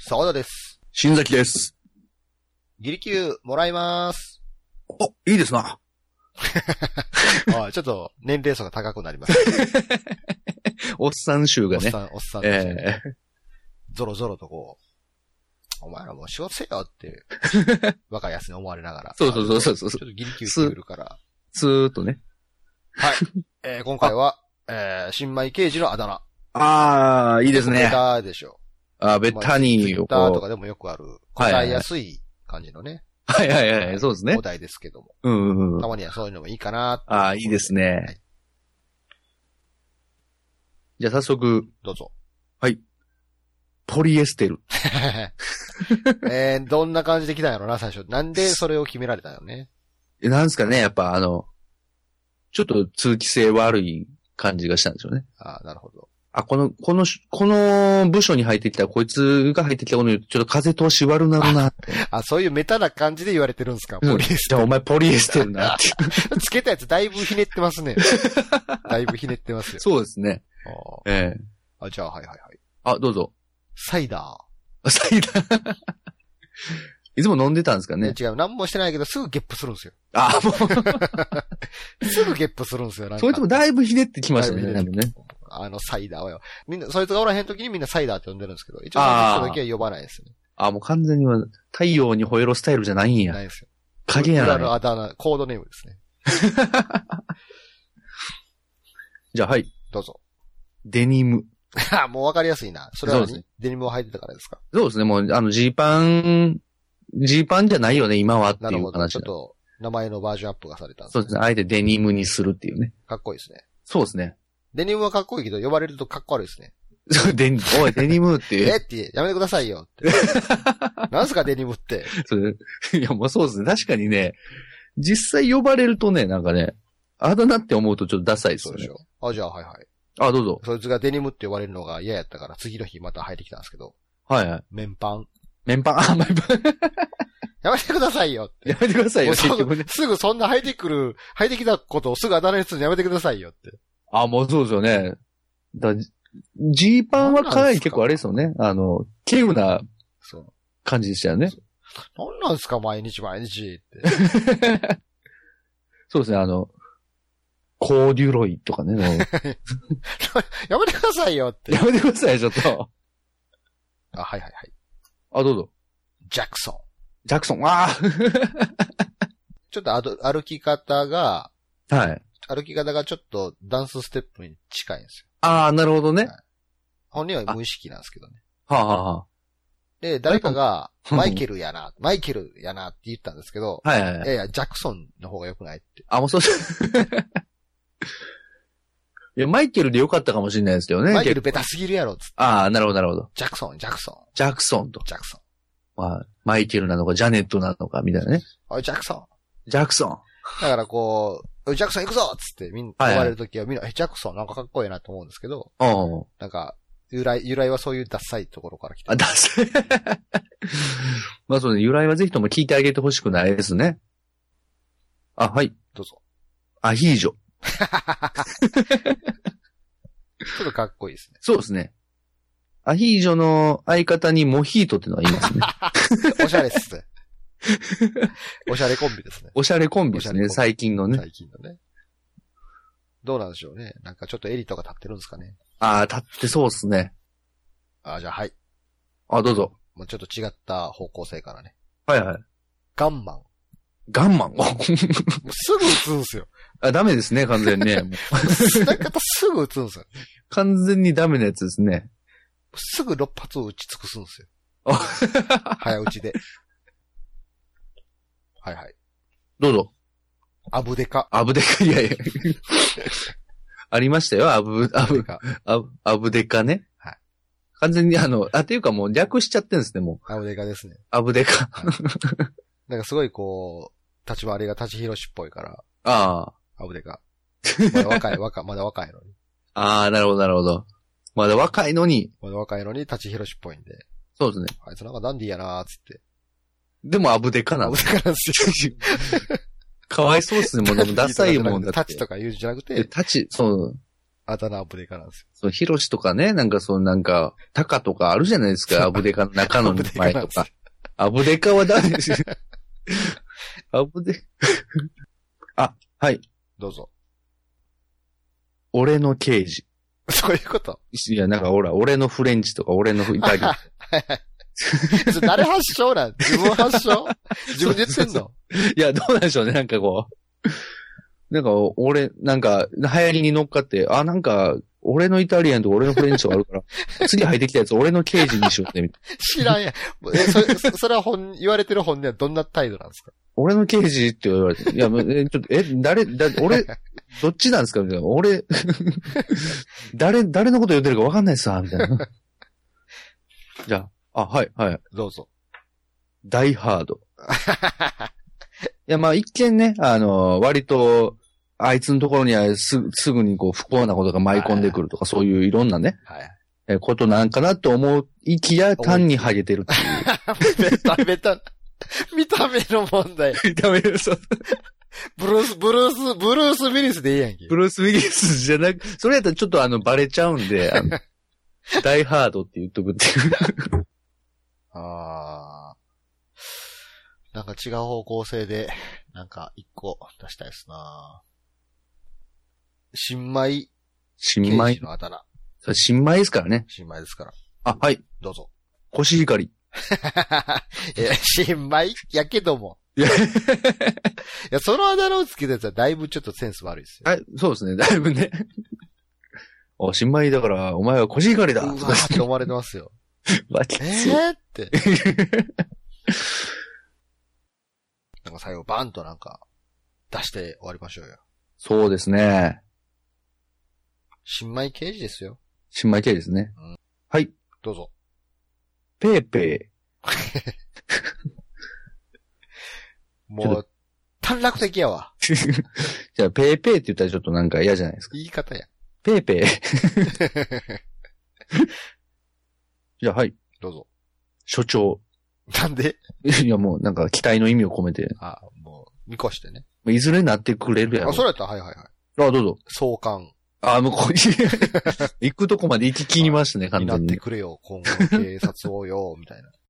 沢田です。 新崎です。 ギリキューもらいまーす。 お、いいですな。 ちょっと年齢層が高くなります。 おっさん臭がね。 おっさんですね。ゾロゾロとこう、お前らもう仕事せよって、若いやつに思われながら。 そう。ちょっとギリキューって言うから。 スーッとね。 はい。今回は、新米刑事のあだ名。 あー、いいですね。 ベタでしょ。 ベタにベタとかでもよくある、答えやすい感じのね。 はい、そうですね。 お題ですけども。たまにはそういうのもいいかな。 いいですね。はい、じゃあ早速。 どうぞ。 はい。ポリエステル。 どんな感じで来たんやろな、最初。なんでそれを決められたんやろね。 なんですかね、やっぱちょっと通気性悪い感じがしたんでしょうね。 なるほど。 この部署に入ってきた、こいつが入ってきたことによって、ちょっと風通し悪なるなって。 そういうメタな感じで言われてるんですか、ポリエステル。 じゃあお前ポリエステルなって。 つけたやつだいぶひねってますね。だいぶひねってますよ。 そうですね。 じゃあ、はい。 どうぞ。 サイダー。サイダー。いつも飲んでたんですかね。 違う、何もしてないけど、すぐゲップするんですよ。 もう。すぐゲップするんですよ、なんか。 そいつもだいぶひねってきましたね、ね。 サイダーはよ。みんな、そいつがおらへん時にみんなサイダーって呼んでるんですけど、一応その人だけは呼ばないですね。 もう完全に太陽に吠えろスタイルじゃないんや。 ないですよ。 影やな。 裏のあだ名、コードネームですね。 じゃあ、はい。 どうぞ。 デニム。 もうわかりやすいな。それはデニムを履いてたからですか？ そうですね。もう、ジーパンじゃないよね、今はっていう話。なるほど。 ちょっと、名前のバージョンアップがされたんですね。 そうですね。あえてデニムにするっていうね。 かっこいいですね。 そうですね。 デニムはかっこいいけど、呼ばれるとかっこ悪いですね。 おい、デニムって。 ってやめてくださいよって。なんすかデニムって。 いや、もうそうですね。確かにね、実際呼ばれるとね、なんかね、あだなって思うとちょっとダサいですよね。 そうでしょ。じゃあ、はい。 どうぞ。 そいつがデニムって呼ばれるのが嫌やったから、次の日また入ってきたんですけど。 はい。 綿パン。 綿パン。 やめてくださいよって。 やめてくださいよ。 すぐそんな履いてきたことをすぐあだ名にするのやめてくださいよって。 もうそうですよね。ジーパンはかなり結構あれですよね。稀有な感じでしたよね。 なんなんですか毎日って。 そうですね、コーデュロイとかね。 やめてくださいよって。 やめてくださいよ、ちょっと。 はい。 どうぞ。 ジャクソン。 ちょっと歩き方が、 はい。 歩き方がちょっとダンスステップに近いんですよ。 なるほどね。 本人は無意識なんですけどね。 で、 誰かが、マイケルやなって言ったんですけど、 いや、ジャクソンの方が良くないって。 もうそういや、マイケルで良かったかもしれないですけどね。 マイケルベタすぎるやろ、つって。 なるほど。 ジャクソンと。 ジャクソン。マイケルなのか、ジャネットなのか、みたいなね。 ジャクソン。 だからこう、ジャクソン行くぞつってみんな言われるときはみんな、ジャクソンなんかかっこいいなと思うんですけど、なんか、由来はそういうダッサいところから来てる。 ダッサい。そうね、由来はぜひとも聞いてあげてほしくないですね。はい。 どうぞ。 アヒージョ。 ちょっとかっこいいですね。 そうですね。アヒージョの相方にモヒートっていうのがいますね。 おしゃれっすね。おしゃれコンビですね。 おしゃれコンビですね、最近のね。 どうなんでしょうね。なんかちょっとエリとか立ってるんですかね。 立ってそうっすね。 じゃあはい。 どうぞ。 もうちょっと違った方向性からね。 はい。 ガンマンもうすぐ打つんすよ。 ダメですね、完全にね。 使い方すぐ打つんすよ。 完全にダメなやつですね。 すぐ6発を打ち尽くすんですよ。早打ちで。はい。 どうぞ。 アブデカ、 いや。ありましたよ、アブデカね。 はい。 完全にっていうかもう略しちゃってんですね、もう。 アブデカですね。 アブデカ。 なんかすごいこう、立ち回りが立ち広しっぽいから。アブデカ。まだ若いのに。 なるほど。まだ若いのに立ち広しっぽいんで。 そうですね。 あいつなんかダンディーやなーつって。 でもアブデカなんですよ。かわいそうっすね。もうでもダサいもんだって。 タチとか言うんじゃなくて。 そう。 あだ名アブデカなんですよ。 そう、ヒロシとかね、なんかタカとかあるじゃないですか、アブデカの中の前とか。アブデカは誰ですアブデ、あ、はい。 どうぞ。 俺の刑事。 そういうこと？ いや、なんか俺のフレンチとか俺のイタリアン。 それ誰発祥なん？自分発祥？自分で言ってんの？ いや、どうなんでしょうね、なんかこう。なんか、なんか、流行りに乗っかって、なんか、俺のイタリアンと俺のフレンチとかあるから、次入ってきたやつ俺の刑事にしようってみたいな。 知らんやん。それは言われてる本ではどんな態度なんですか？ 俺の刑事って言われて、いや、ちょっと、俺、どっちなんですかみたいな。俺、誰のこと言ってるか分かんないっすわ、みたいな。じゃあ、はい。 どうぞ。 ダイハード。いや、まあ一見ね、割と、あいつのところにはすぐにこう不幸なことが舞い込んでくるとか、そういういろんなね、ことなんかなと思いきや単にハゲてるっていう。 見た目の問題。 見た目の、そう。 ブルース・ウィリスでいいやんけ。 ブルース・ウィリスじゃなく、それやったらちょっとバレちゃうんで、ダイハードって言っとくっていう。 なんか違う方向性で、なんか一個出したいですな。新米。 新米のあだ名。 それ新米ですからね。 新米ですから。 はい。 どうぞ。 コシヒカリ。 新米やけども。いや、そのあだ名をつけたやつはだいぶちょっとセンス悪いですよ。 そうですね。だいぶね。新米だから、お前はコシヒカリだ。 うわーって思われてますよ。って。なんか最後バンとなんか出して終わりましょうよ。 そうですね。 新米刑事ですよ。 新米刑事ですね。はい。 どうぞ。 ペーペー。もう、短絡的やわ。 じゃあ、ペーペーって言ったらちょっとなんか嫌じゃないですか。 言い方や。 ペーペー。じゃあ、はい。 どうぞ。 所長。 なんで？ いや、もうなんか期待の意味を込めて。 もう、見越してね。 いずれなってくれるやろ。 それやったら、はい。 どうぞ。 相関。 もう行くとこまで行き切りましたね、完全に。 なってくれよ、今後の警察をよ、みたいな。